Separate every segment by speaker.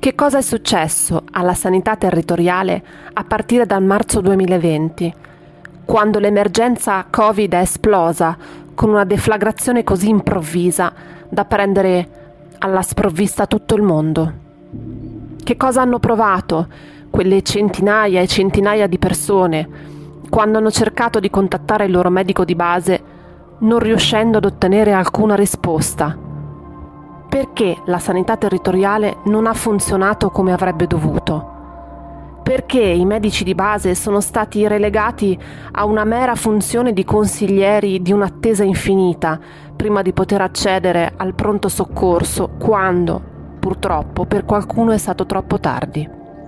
Speaker 1: Che cosa è successo alla sanità territoriale a partire dal marzo 2020, quando l'emergenza Covid è esplosa con una deflagrazione così improvvisa da prendere alla sprovvista tutto il mondo? Che cosa hanno provato quelle centinaia e centinaia di persone quando hanno cercato di contattare il loro medico di base, non riuscendo ad ottenere alcuna risposta? Perché la sanità territoriale non ha funzionato come avrebbe dovuto? Perché i medici di base sono stati relegati a una mera funzione di consiglieri di un'attesa infinita prima di poter accedere al pronto soccorso quando, purtroppo, per qualcuno è stato troppo tardi?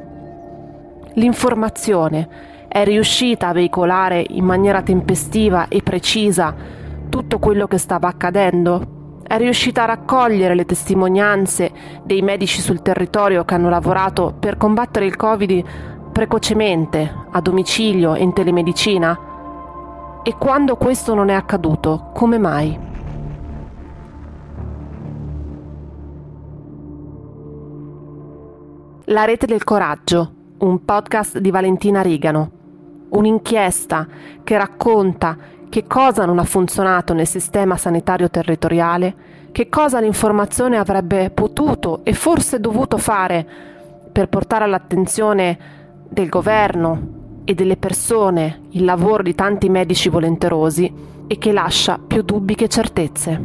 Speaker 1: L'informazione è riuscita a veicolare in maniera tempestiva e precisa tutto quello che stava accadendo? È riuscita a raccogliere le testimonianze dei medici sul territorio che hanno lavorato per combattere il Covid precocemente, a domicilio e in telemedicina? E quando questo non è accaduto, come mai? La rete del coraggio, un podcast di Valentina Rigano, un'inchiesta che racconta che cosa non ha funzionato nel sistema sanitario territoriale, che cosa l'informazione avrebbe potuto e forse dovuto fare per portare all'attenzione del governo e delle persone il lavoro di tanti medici volenterosi e che lascia più dubbi che certezze.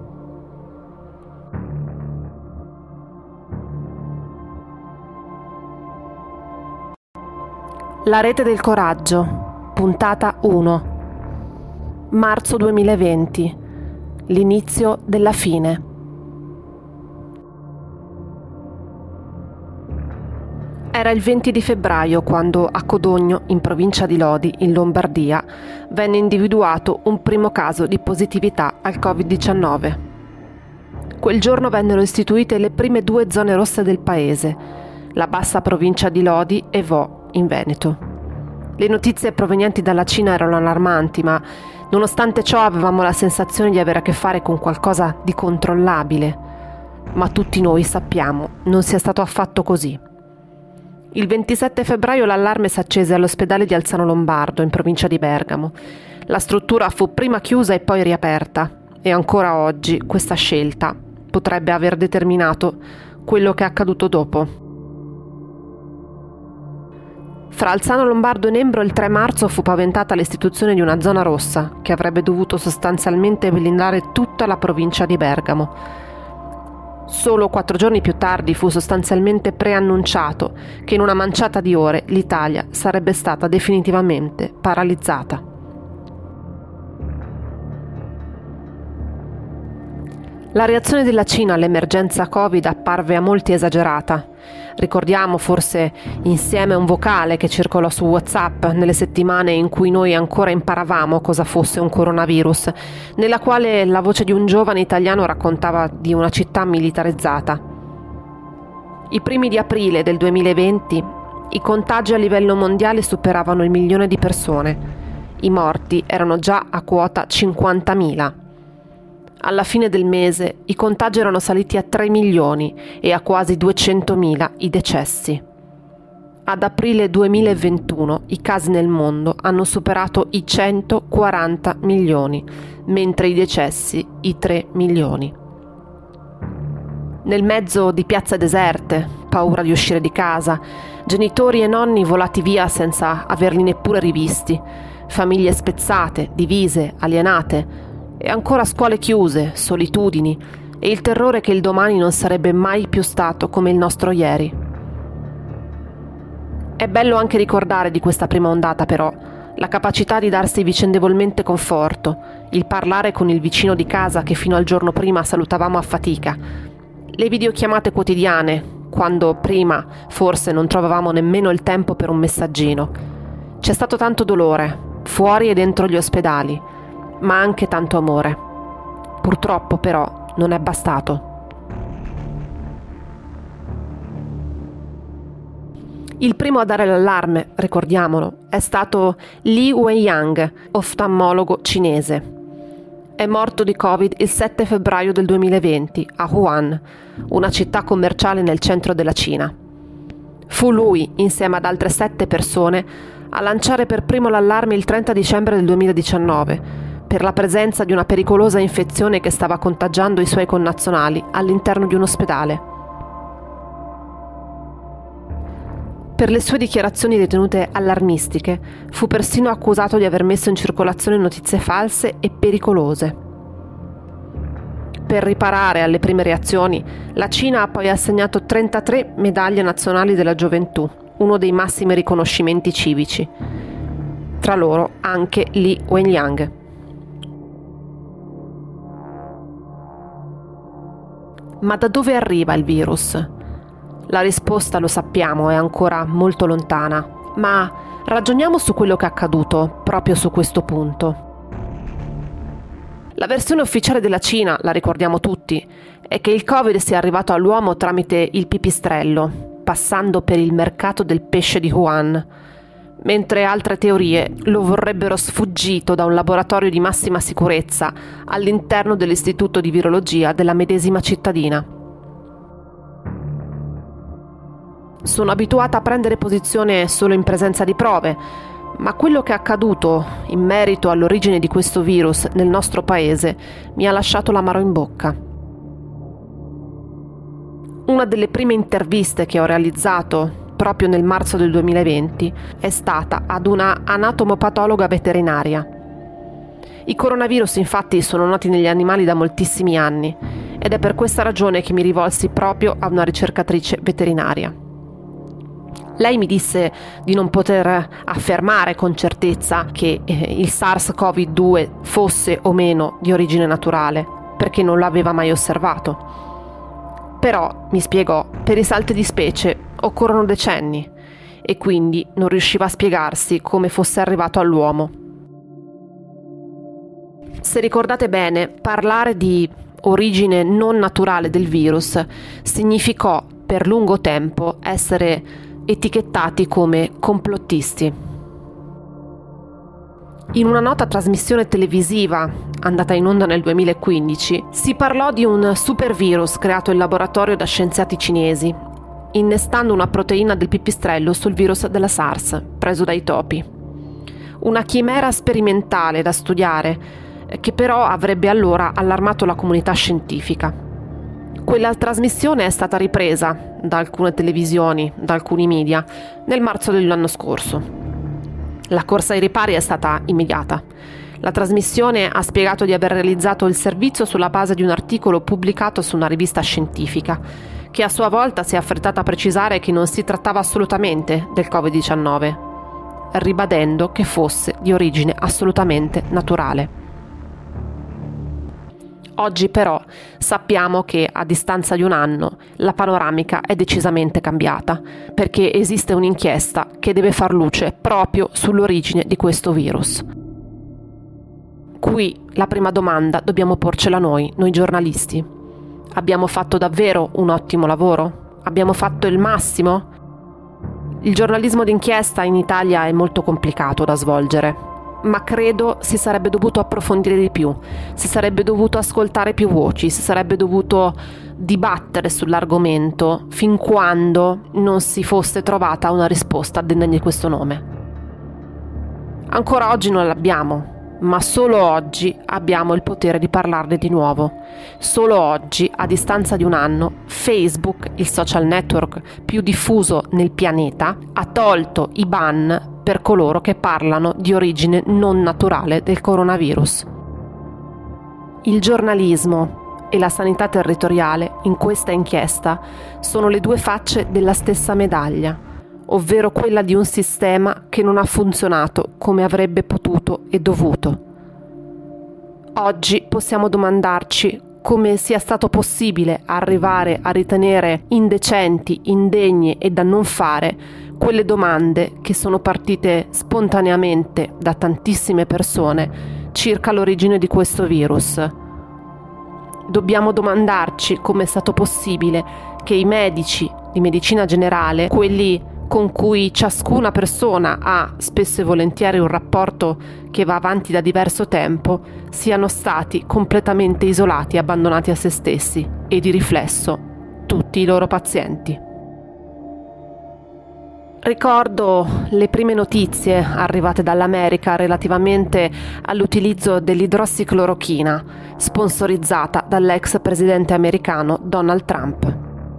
Speaker 1: La rete del coraggio, puntata 1. Marzo 2020, l'inizio della fine. Era il 20 di febbraio quando a Codogno, in provincia di Lodi, in Lombardia, venne individuato un primo caso di positività al Covid-19. Quel giorno vennero istituite le prime 2 zone rosse del paese, la bassa provincia di Lodi e Vo, in Veneto. Le notizie provenienti dalla Cina erano allarmanti, ma nonostante ciò avevamo la sensazione di avere a che fare con qualcosa di controllabile. Ma tutti noi sappiamo, non sia stato affatto così. Il 27 febbraio l'allarme si accese all'ospedale di Alzano Lombardo, in provincia di Bergamo. La struttura fu prima chiusa e poi riaperta, e ancora oggi questa scelta potrebbe aver determinato quello che è accaduto dopo. Fra Alzano Lombardo e Nembro il 3 marzo fu paventata l'istituzione di una zona rossa che avrebbe dovuto sostanzialmente blindare tutta la provincia di Bergamo. Solo 4 giorni più tardi fu sostanzialmente preannunciato che in una manciata di ore l'Italia sarebbe stata definitivamente paralizzata. La reazione della Cina all'emergenza Covid apparve a molti esagerata. Ricordiamo forse insieme un vocale che circolò su WhatsApp nelle settimane in cui noi ancora imparavamo cosa fosse un coronavirus, nella quale la voce di un giovane italiano raccontava di una città militarizzata. I primi di aprile del 2020 i contagi a livello mondiale superavano il 1 milione di persone. I morti erano già a quota 50.000. Alla fine del mese i contagi erano saliti a 3 milioni e a quasi 200.000 i decessi. Ad aprile 2021 i casi nel mondo hanno superato i 140 milioni, mentre i decessi i 3 milioni. Nel mezzo di piazze deserte, paura di uscire di casa, genitori e nonni volati via senza averli neppure rivisti, famiglie spezzate, divise, alienate, e ancora scuole chiuse, solitudini e il terrore che il domani non sarebbe mai più stato come il nostro ieri. È bello anche ricordare di questa prima ondata però la capacità di darsi vicendevolmente conforto, il parlare con il vicino di casa che fino al giorno prima salutavamo a fatica, le videochiamate quotidiane, quando prima forse non trovavamo nemmeno il tempo per un messaggino. C'è stato tanto dolore, fuori e dentro gli ospedali, ma anche tanto amore. Purtroppo però non è bastato. Il primo a dare l'allarme, ricordiamolo, è stato Li Weiyang, oftalmologo cinese. È morto di Covid il 7 febbraio del 2020 a Wuhan, una città commerciale nel centro della Cina. Fu lui, insieme ad altre 7 persone, a lanciare per primo l'allarme il 30 dicembre del 2019 per la presenza di una pericolosa infezione che stava contagiando i suoi connazionali all'interno di un ospedale. Per le sue dichiarazioni ritenute allarmistiche, fu persino accusato di aver messo in circolazione notizie false e pericolose. Per riparare alle prime reazioni, la Cina ha poi assegnato 33 medaglie nazionali della gioventù, uno dei massimi riconoscimenti civici. Tra loro anche Li Wenliang. Ma da dove arriva il virus? La risposta, lo sappiamo, è ancora molto lontana, ma ragioniamo su quello che è accaduto proprio su questo punto. La versione ufficiale della Cina, la ricordiamo tutti, è che il Covid sia arrivato all'uomo tramite il pipistrello, passando per il mercato del pesce di Wuhan, mentre altre teorie lo vorrebbero sfuggito da un laboratorio di massima sicurezza all'interno dell'istituto di virologia della medesima cittadina. Sono abituata a prendere posizione solo in presenza di prove, ma quello che è accaduto in merito all'origine di questo virus nel nostro paese mi ha lasciato l'amaro in bocca. Una delle prime interviste che ho realizzato proprio nel marzo del 2020 è stata ad una anatomopatologa veterinaria. I coronavirus infatti sono noti negli animali da moltissimi anni ed è per questa ragione che mi rivolsi proprio a una ricercatrice veterinaria. Lei mi disse di non poter affermare con certezza che il SARS-CoV-2 fosse o meno di origine naturale, perché non l'aveva mai osservato. Però, mi spiegò, per i salti di specie occorrono decenni e quindi non riusciva a spiegarsi come fosse arrivato all'uomo. Se ricordate bene, parlare di origine non naturale del virus significò per lungo tempo essere etichettati come complottisti. In una nota trasmissione televisiva andata in onda nel 2015 si parlò di un supervirus creato in laboratorio da scienziati cinesi, innestando una proteina del pipistrello sul virus della SARS preso dai topi. Una chimera sperimentale da studiare che però avrebbe allora allarmato la comunità scientifica. Quella trasmissione è stata ripresa da alcune televisioni, da alcuni media, nel marzo dell'anno scorso. La corsa ai ripari è stata immediata. La trasmissione ha spiegato di aver realizzato il servizio sulla base di un articolo pubblicato su una rivista scientifica, che a sua volta si è affrettata a precisare che non si trattava assolutamente del Covid-19, ribadendo che fosse di origine assolutamente naturale. Oggi però sappiamo che a distanza di un anno la panoramica è decisamente cambiata, perché esiste un'inchiesta che deve far luce proprio sull'origine di questo virus. Qui la prima domanda dobbiamo porcela noi giornalisti. Abbiamo fatto davvero un ottimo lavoro? Abbiamo fatto il massimo? Il giornalismo d'inchiesta in Italia è molto complicato da svolgere, ma credo si sarebbe dovuto approfondire di più, si sarebbe dovuto ascoltare più voci, si sarebbe dovuto dibattere sull'argomento fin quando non si fosse trovata una risposta degna di questo nome. Ancora oggi non l'abbiamo, ma solo oggi abbiamo il potere di parlarne di nuovo. Solo oggi, a distanza di un anno, Facebook, il social network più diffuso nel pianeta, ha tolto i ban per coloro che parlano di origine non naturale del coronavirus. Il giornalismo e la sanità territoriale in questa inchiesta sono le due facce della stessa medaglia, ovvero quella di un sistema che non ha funzionato come avrebbe potuto e dovuto. Oggi possiamo domandarci come sia stato possibile arrivare a ritenere indecenti, indegne e da non fare quelle domande che sono partite spontaneamente da tantissime persone circa l'origine di questo virus. Dobbiamo domandarci come è stato possibile che i medici di medicina generale, quelli con cui ciascuna persona ha spesso e volentieri un rapporto che va avanti da diverso tempo, siano stati completamente isolati e abbandonati a se stessi e di riflesso tutti i loro pazienti. Ricordo le prime notizie arrivate dall'America relativamente all'utilizzo dell'idrossiclorochina, sponsorizzata dall'ex presidente americano Donald Trump.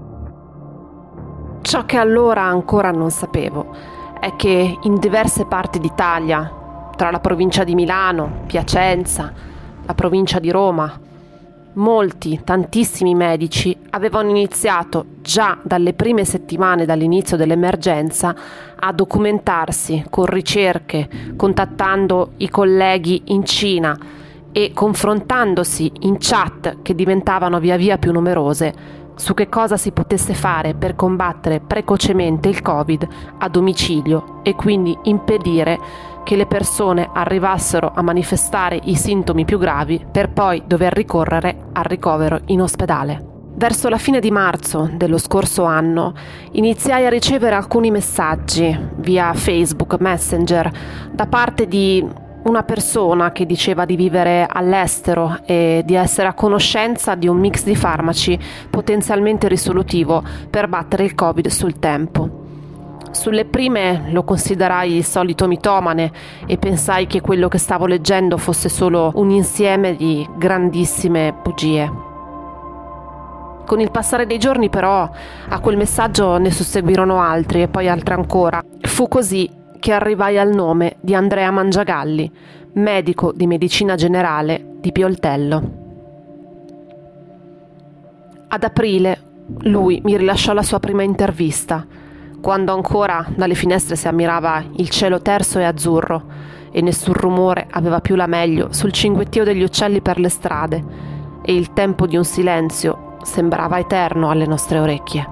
Speaker 1: Ciò che allora ancora non sapevo è che in diverse parti d'Italia, tra la provincia di Milano, Piacenza, la provincia di Roma, tantissimi medici avevano iniziato già dalle prime settimane dall'inizio dell'emergenza a documentarsi con ricerche, contattando i colleghi in Cina e confrontandosi in chat che diventavano via via più numerose su che cosa si potesse fare per combattere precocemente il Covid a domicilio e quindi impedire che le persone arrivassero a manifestare i sintomi più gravi per poi dover ricorrere al ricovero in ospedale. Verso la fine di marzo dello scorso anno iniziai a ricevere alcuni messaggi via Facebook Messenger da parte di una persona che diceva di vivere all'estero e di essere a conoscenza di un mix di farmaci potenzialmente risolutivo per battere il Covid sul tempo. Sulle prime lo considerai il solito mitomane e pensai che quello che stavo leggendo fosse solo un insieme di grandissime bugie. Con il passare dei giorni però a quel messaggio ne susseguirono altri e poi altri ancora. Fu così che arrivai al nome di Andrea Mangiagalli, medico di medicina generale di Pioltello. Ad aprile lui mi rilasciò la sua prima intervista, quando ancora dalle finestre si ammirava il cielo terso e azzurro e nessun rumore aveva più la meglio sul cinguettio degli uccelli per le strade e il tempo di un silenzio sembrava eterno alle nostre orecchie.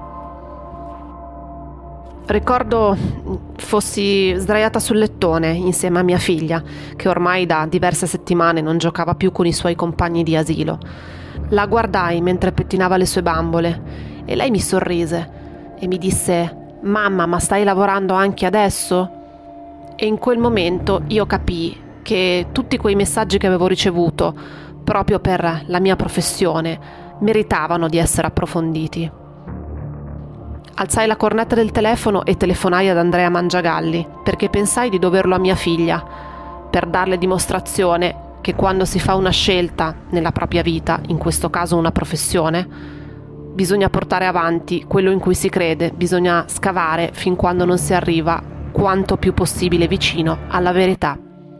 Speaker 1: Ricordo fossi sdraiata sul lettone insieme a mia figlia, che ormai da diverse settimane non giocava più con i suoi compagni di asilo. La guardai mentre pettinava le sue bambole e lei mi sorrise e mi disse: «Mamma, ma stai lavorando anche adesso?» E in quel momento io capii che tutti quei messaggi che avevo ricevuto, proprio per la mia professione, meritavano di essere approfonditi. Alzai la cornetta del telefono e telefonai ad Andrea Mangiagalli, perché pensai di doverlo a mia figlia, per darle dimostrazione che quando si fa una scelta nella propria vita, in questo caso una professione, bisogna portare avanti quello in cui si crede, bisogna scavare fin quando non si arriva quanto più possibile vicino alla verità.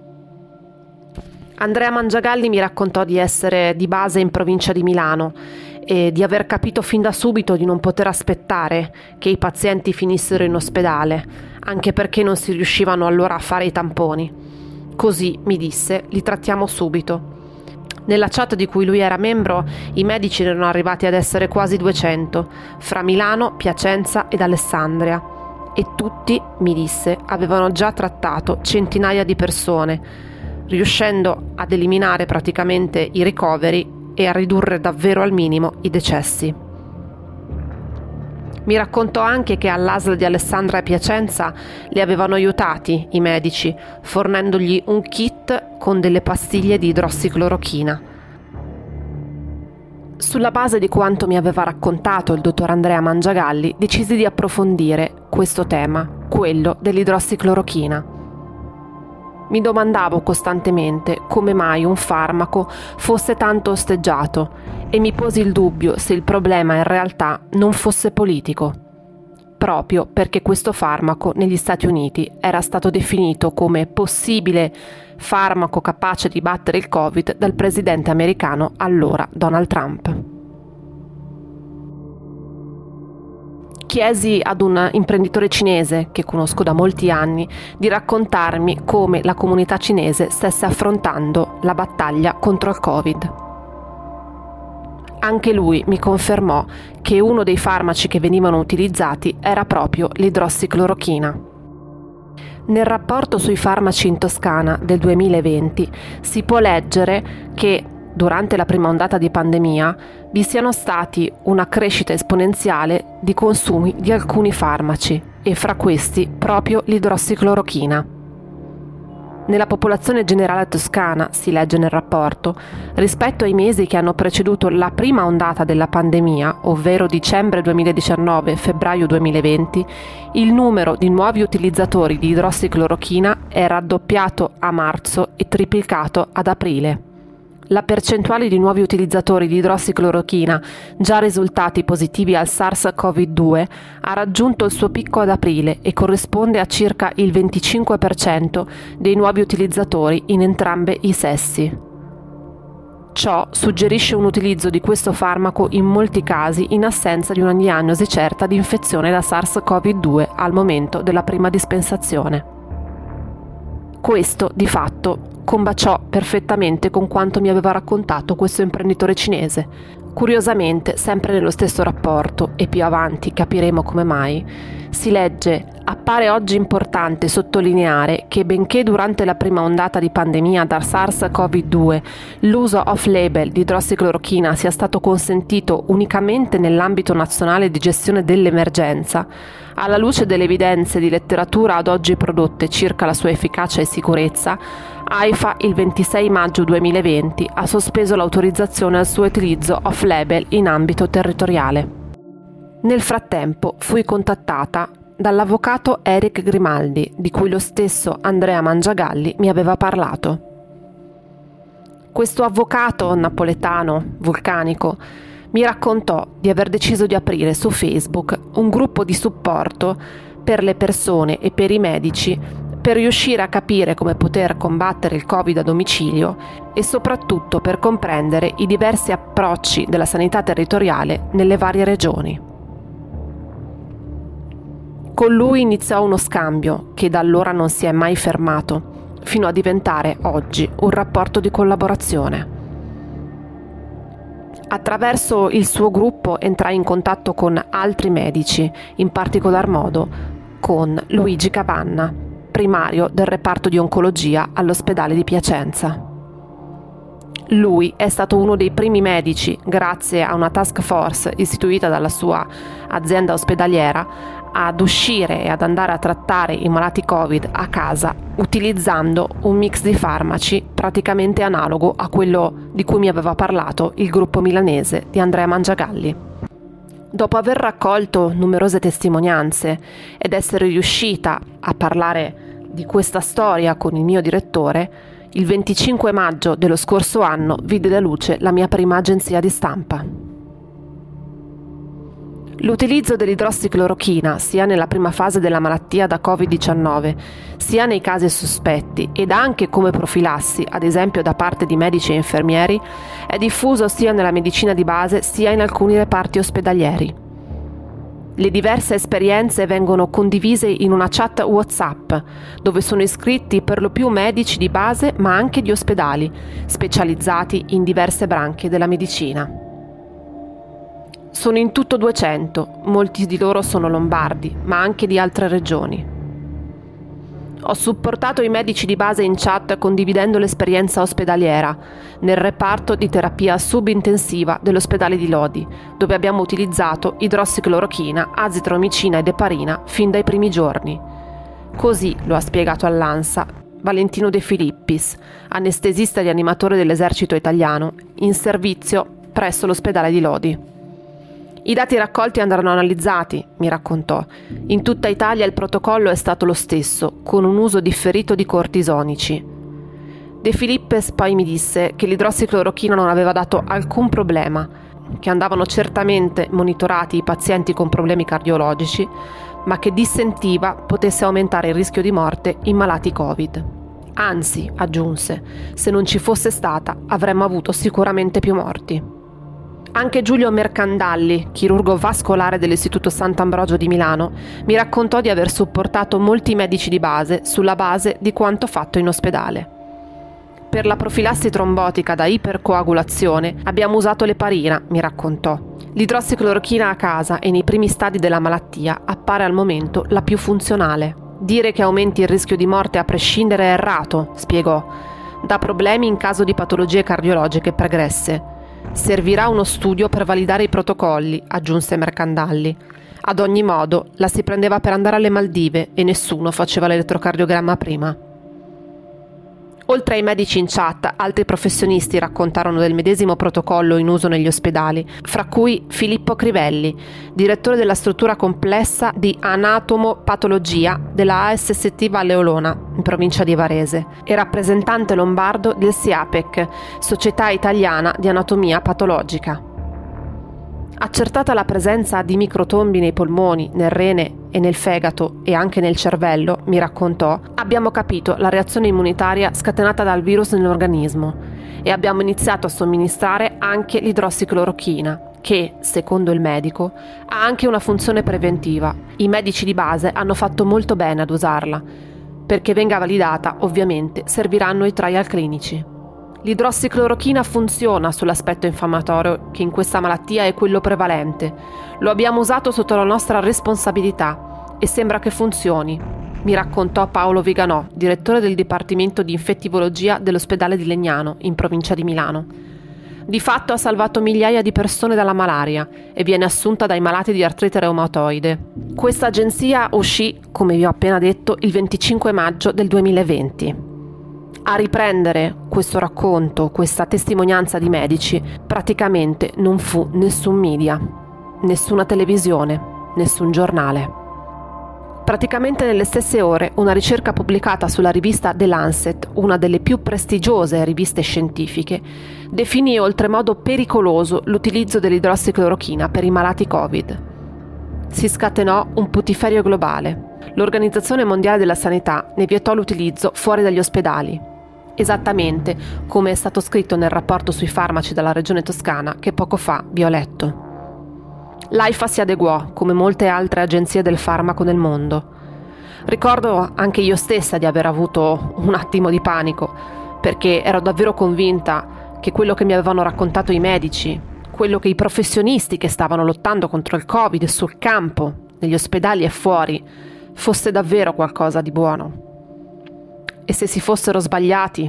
Speaker 1: Andrea Mangiagalli mi raccontò di essere di base in provincia di Milano e di aver capito fin da subito di non poter aspettare che i pazienti finissero in ospedale, anche perché non si riuscivano allora a fare i tamponi. Così, mi disse, li trattiamo subito. Nella chat di cui lui era membro, i medici erano arrivati ad essere quasi 200, fra Milano, Piacenza ed Alessandria. E tutti, mi disse, avevano già trattato centinaia di persone, riuscendo ad eliminare praticamente i ricoveri e a ridurre davvero al minimo i decessi. Mi raccontò anche che all'ASL di Alessandria e Piacenza li avevano aiutati i medici, fornendogli un kit con delle pastiglie di idrossiclorochina. Sulla base di quanto mi aveva raccontato il dottor Andrea Mangiagalli, decisi di approfondire questo tema, quello dell'idrossiclorochina. Mi domandavo costantemente come mai un farmaco fosse tanto osteggiato e mi posi il dubbio se il problema in realtà non fosse politico, proprio perché questo farmaco negli Stati Uniti era stato definito come possibile farmaco capace di battere il Covid dal presidente americano allora Donald Trump. Chiesi ad un imprenditore cinese, che conosco da molti anni, di raccontarmi come la comunità cinese stesse affrontando la battaglia contro il Covid. Anche lui mi confermò che uno dei farmaci che venivano utilizzati era proprio l'idrossiclorochina. Nel rapporto sui farmaci in Toscana del 2020 si può leggere che durante la prima ondata di pandemia vi siano stati una crescita esponenziale di consumi di alcuni farmaci e fra questi proprio l'idrossiclorochina. Nella popolazione generale toscana, si legge nel rapporto, rispetto ai mesi che hanno preceduto la prima ondata della pandemia, ovvero dicembre 2019 e febbraio 2020, il numero di nuovi utilizzatori di idrossiclorochina è raddoppiato a marzo e triplicato ad aprile. La percentuale di nuovi utilizzatori di idrossiclorochina già risultati positivi al SARS-CoV-2 ha raggiunto il suo picco ad aprile e corrisponde a circa il 25% dei nuovi utilizzatori in entrambi i sessi. Ciò suggerisce un utilizzo di questo farmaco in molti casi in assenza di una diagnosi certa di infezione da SARS-CoV-2 al momento della prima dispensazione. Questo, di fatto, combaciò perfettamente con quanto mi aveva raccontato questo imprenditore cinese. Curiosamente, sempre nello stesso rapporto, e più avanti capiremo come mai, si legge: appare oggi importante sottolineare che benché durante la prima ondata di pandemia da SARS-CoV-2 l'uso off-label di idrossiclorochina sia stato consentito unicamente nell'ambito nazionale di gestione dell'emergenza, alla luce delle evidenze di letteratura ad oggi prodotte circa la sua efficacia e sicurezza, AIFA il 26 maggio 2020 ha sospeso l'autorizzazione al suo utilizzo off-label in ambito territoriale. Nel frattempo fui contattata dall'avvocato Eric Grimaldi, di cui lo stesso Andrea Mangiagalli mi aveva parlato. Questo avvocato napoletano, vulcanico, mi raccontò di aver deciso di aprire su Facebook un gruppo di supporto per le persone e per i medici per riuscire a capire come poter combattere il Covid a domicilio e soprattutto per comprendere i diversi approcci della sanità territoriale nelle varie regioni. Con lui iniziò uno scambio che da allora non si è mai fermato, fino a diventare oggi un rapporto di collaborazione. Attraverso il suo gruppo entrai in contatto con altri medici, in particolar modo con Luigi Cavanna, primario del reparto di oncologia all'ospedale di Piacenza. Lui è stato uno dei primi medici, grazie a una task force istituita dalla sua azienda ospedaliera, ad uscire e ad andare a trattare i malati Covid a casa utilizzando un mix di farmaci praticamente analogo a quello di cui mi aveva parlato il gruppo milanese di Andrea Mangiagalli. Dopo aver raccolto numerose testimonianze ed essere riuscita a parlare di questa storia con il mio direttore, il 25 maggio dello scorso anno vide la luce la mia prima agenzia di stampa. L'utilizzo dell'idrossiclorochina, sia nella prima fase della malattia da Covid-19, sia nei casi sospetti ed anche come profilassi, ad esempio da parte di medici e infermieri, è diffuso sia nella medicina di base sia in alcuni reparti ospedalieri. Le diverse esperienze vengono condivise in una chat WhatsApp, dove sono iscritti per lo più medici di base ma anche di ospedali, specializzati in diverse branche della medicina. Sono in tutto 200, molti di loro sono lombardi, ma anche di altre regioni. Ho supportato i medici di base in chat condividendo l'esperienza ospedaliera nel reparto di terapia subintensiva dell'ospedale di Lodi, dove abbiamo utilizzato idrossiclorochina, azitromicina ed eparina fin dai primi giorni. Così lo ha spiegato all'ANSA Valentino De Filippis, anestesista e rianimatore dell'esercito italiano, in servizio presso l'ospedale di Lodi. I dati raccolti andranno analizzati, mi raccontò. In tutta Italia il protocollo è stato lo stesso, con un uso differito di cortisonici. De Filippes poi mi disse che l'idrossiclorochina non aveva dato alcun problema, che andavano certamente monitorati i pazienti con problemi cardiologici, ma che dissentiva potesse aumentare il rischio di morte in malati Covid. Anzi, aggiunse, se non ci fosse stata avremmo avuto sicuramente più morti. Anche Giulio Mercandalli, chirurgo vascolare dell'Istituto Sant'Ambrogio di Milano, mi raccontò di aver supportato molti medici di base sulla base di quanto fatto in ospedale. Per la profilassi trombotica da ipercoagulazione abbiamo usato l'eparina, mi raccontò. L'idrossiclorochina a casa e nei primi stadi della malattia appare al momento la più funzionale. Dire che aumenti il rischio di morte a prescindere è errato, spiegò, da problemi in caso di patologie cardiologiche pregresse. Servirà uno studio per validare i protocolli, aggiunse Mercandalli. Ad ogni modo, la si prendeva per andare alle Maldive e nessuno faceva l'elettrocardiogramma prima. Oltre ai medici in chat, altri professionisti raccontarono del medesimo protocollo in uso negli ospedali, fra cui Filippo Crivelli, direttore della struttura complessa di anatomopatologia della ASST Valle Olona, in provincia di Varese, e rappresentante lombardo del SIAPEC, Società Italiana di Anatomia Patologica. Accertata la presenza di microtombi nei polmoni, nel rene e nel fegato e anche nel cervello, mi raccontò, abbiamo capito la reazione immunitaria scatenata dal virus nell'organismo e abbiamo iniziato a somministrare anche l'idrossiclorochina, che, secondo il medico, ha anche una funzione preventiva. I medici di base hanno fatto molto bene ad usarla. Perché venga validata, ovviamente, serviranno i trial clinici. L'idrossiclorochina funziona sull'aspetto infiammatorio, che in questa malattia è quello prevalente. Lo abbiamo usato sotto la nostra responsabilità e sembra che funzioni, mi raccontò Paolo Viganò, direttore del Dipartimento di Infettivologia dell'ospedale di Legnano, in provincia di Milano. Di fatto ha salvato migliaia di persone dalla malaria e viene assunta dai malati di artrite reumatoide. Questa agenzia uscì, come vi ho appena detto, il 25 maggio del 2020. A riprendere questo racconto, questa testimonianza di medici, praticamente non fu nessun media, nessuna televisione, nessun giornale. Praticamente nelle stesse ore, una ricerca pubblicata sulla rivista The Lancet, una delle più prestigiose riviste scientifiche, definì oltremodo pericoloso l'utilizzo dell'idrossiclorochina per i malati Covid. Si scatenò un putiferio globale. L'Organizzazione Mondiale della Sanità ne vietò l'utilizzo fuori dagli ospedali. Esattamente come è stato scritto nel rapporto sui farmaci della regione Toscana che poco fa vi ho letto. L'AIFA si adeguò, come molte altre agenzie del farmaco nel mondo. Ricordo anche io stessa di aver avuto un attimo di panico, perché ero davvero convinta che quello che mi avevano raccontato i medici, quello che i professionisti che stavano lottando contro il Covid sul campo, negli ospedali e fuori, fosse davvero qualcosa di buono. E se si fossero sbagliati?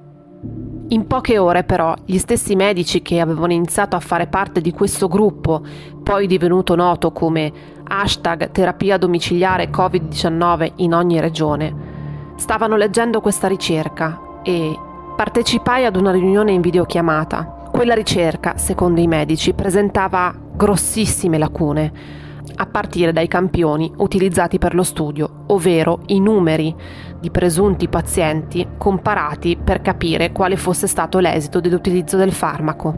Speaker 1: In poche ore però gli stessi medici che avevano iniziato a fare parte di questo gruppo, poi divenuto noto come #terapia domiciliare Covid-19 in ogni regione, stavano leggendo questa ricerca e partecipai ad una riunione in videochiamata. Quella ricerca, secondo i medici, presentava grossissime lacune, a partire dai campioni utilizzati per lo studio, ovvero i numeri di presunti pazienti comparati per capire quale fosse stato l'esito dell'utilizzo del farmaco.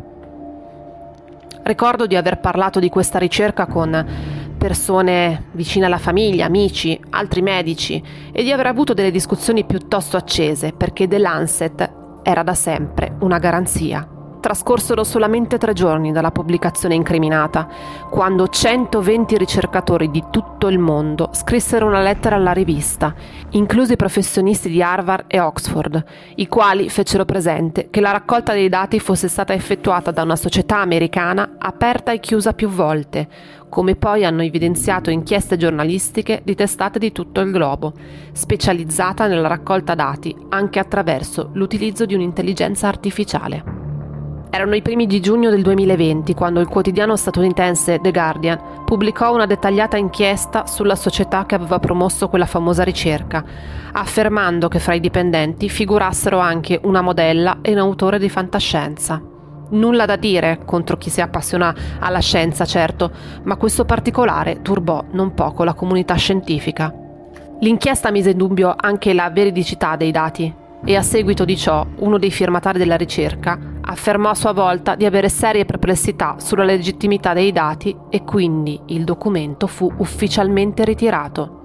Speaker 1: Ricordo di aver parlato di questa ricerca con persone vicine alla famiglia, amici, altri medici e di aver avuto delle discussioni piuttosto accese perché The Lancet era da sempre una garanzia. Trascorsero solamente 3 giorni dalla pubblicazione incriminata, quando 120 ricercatori di tutto il mondo scrissero una lettera alla rivista, inclusi professionisti di Harvard e Oxford, i quali fecero presente che la raccolta dei dati fosse stata effettuata da una società americana aperta e chiusa più volte, come poi hanno evidenziato inchieste giornalistiche di testate di tutto il globo, specializzata nella raccolta dati anche attraverso l'utilizzo di un'intelligenza artificiale. Erano i primi di giugno del 2020 quando il quotidiano statunitense The Guardian pubblicò una dettagliata inchiesta sulla società che aveva promosso quella famosa ricerca, affermando che fra i dipendenti figurassero anche una modella e un autore di fantascienza. Nulla da dire contro chi si appassiona alla scienza, certo, ma questo particolare turbò non poco la comunità scientifica. L'inchiesta mise in dubbio anche la veridicità dei dati e a seguito di ciò uno dei firmatari della ricerca affermò a sua volta di avere serie perplessità sulla legittimità dei dati e quindi il documento fu ufficialmente ritirato.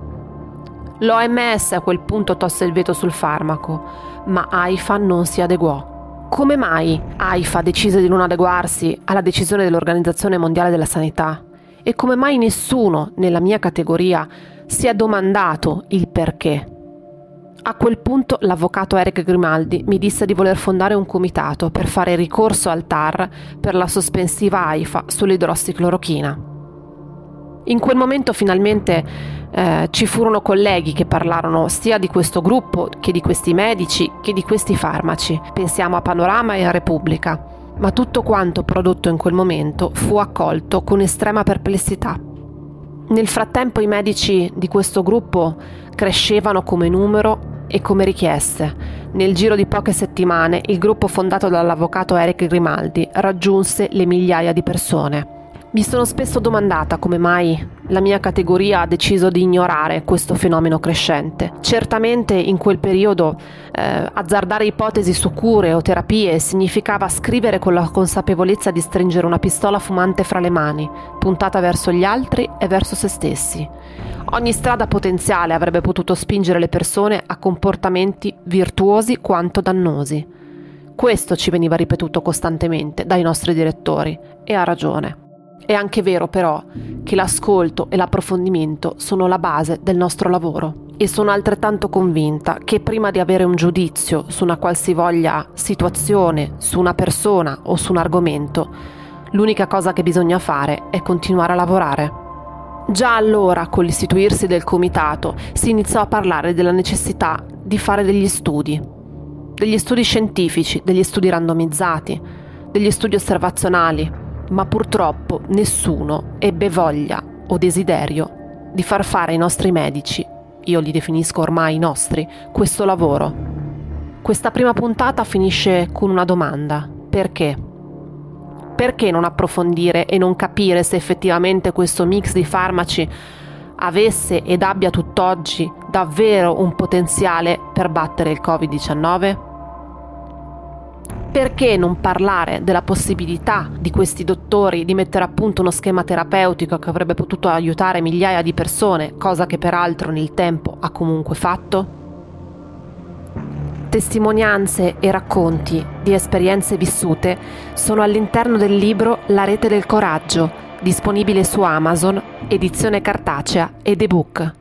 Speaker 1: L'OMS a quel punto tosse il veto sul farmaco, ma AIFA non si adeguò. Come mai AIFA decise di non adeguarsi alla decisione dell'Organizzazione Mondiale della Sanità? E come mai nessuno nella mia categoria si è domandato il perché? A quel punto l'avvocato Eric Grimaldi mi disse di voler fondare un comitato per fare ricorso al TAR per la sospensiva AIFA sull'idrossiclorochina. In quel momento finalmente ci furono colleghi che parlarono sia di questo gruppo che di questi medici che di questi farmaci. Pensiamo a Panorama e a Repubblica, ma tutto quanto prodotto in quel momento fu accolto con estrema perplessità. Nel frattempo i medici di questo gruppo crescevano come numero e come richieste. Nel giro di poche settimane il gruppo fondato dall'avvocato Eric Grimaldi raggiunse le migliaia di persone. Mi sono spesso domandata come mai la mia categoria ha deciso di ignorare questo fenomeno crescente. Certamente in quel periodo azzardare ipotesi su cure o terapie significava scrivere con la consapevolezza di stringere una pistola fumante fra le mani, puntata verso gli altri e verso se stessi. Ogni strada potenziale avrebbe potuto spingere le persone a comportamenti virtuosi quanto dannosi. Questo ci veniva ripetuto costantemente dai nostri direttori, e ha ragione. È anche vero però che l'ascolto e l'approfondimento sono la base del nostro lavoro e sono altrettanto convinta che prima di avere un giudizio su una qualsivoglia situazione, su una persona o su un argomento, l'unica cosa che bisogna fare è continuare a lavorare. Già allora, con l'istituirsi del comitato, si iniziò a parlare della necessità di fare degli studi scientifici, degli studi randomizzati, degli studi osservazionali, ma purtroppo nessuno ebbe voglia o desiderio di far fare ai nostri medici, io li definisco ormai i nostri, questo lavoro. Questa prima puntata finisce con una domanda: perché? Perché non approfondire e non capire se effettivamente questo mix di farmaci avesse ed abbia tutt'oggi davvero un potenziale per battere il Covid-19? Perché non parlare della possibilità di questi dottori di mettere a punto uno schema terapeutico che avrebbe potuto aiutare migliaia di persone, cosa che peraltro nel tempo ha comunque fatto? Testimonianze e racconti di esperienze vissute sono all'interno del libro La rete del coraggio, disponibile su Amazon, edizione cartacea ed ebook.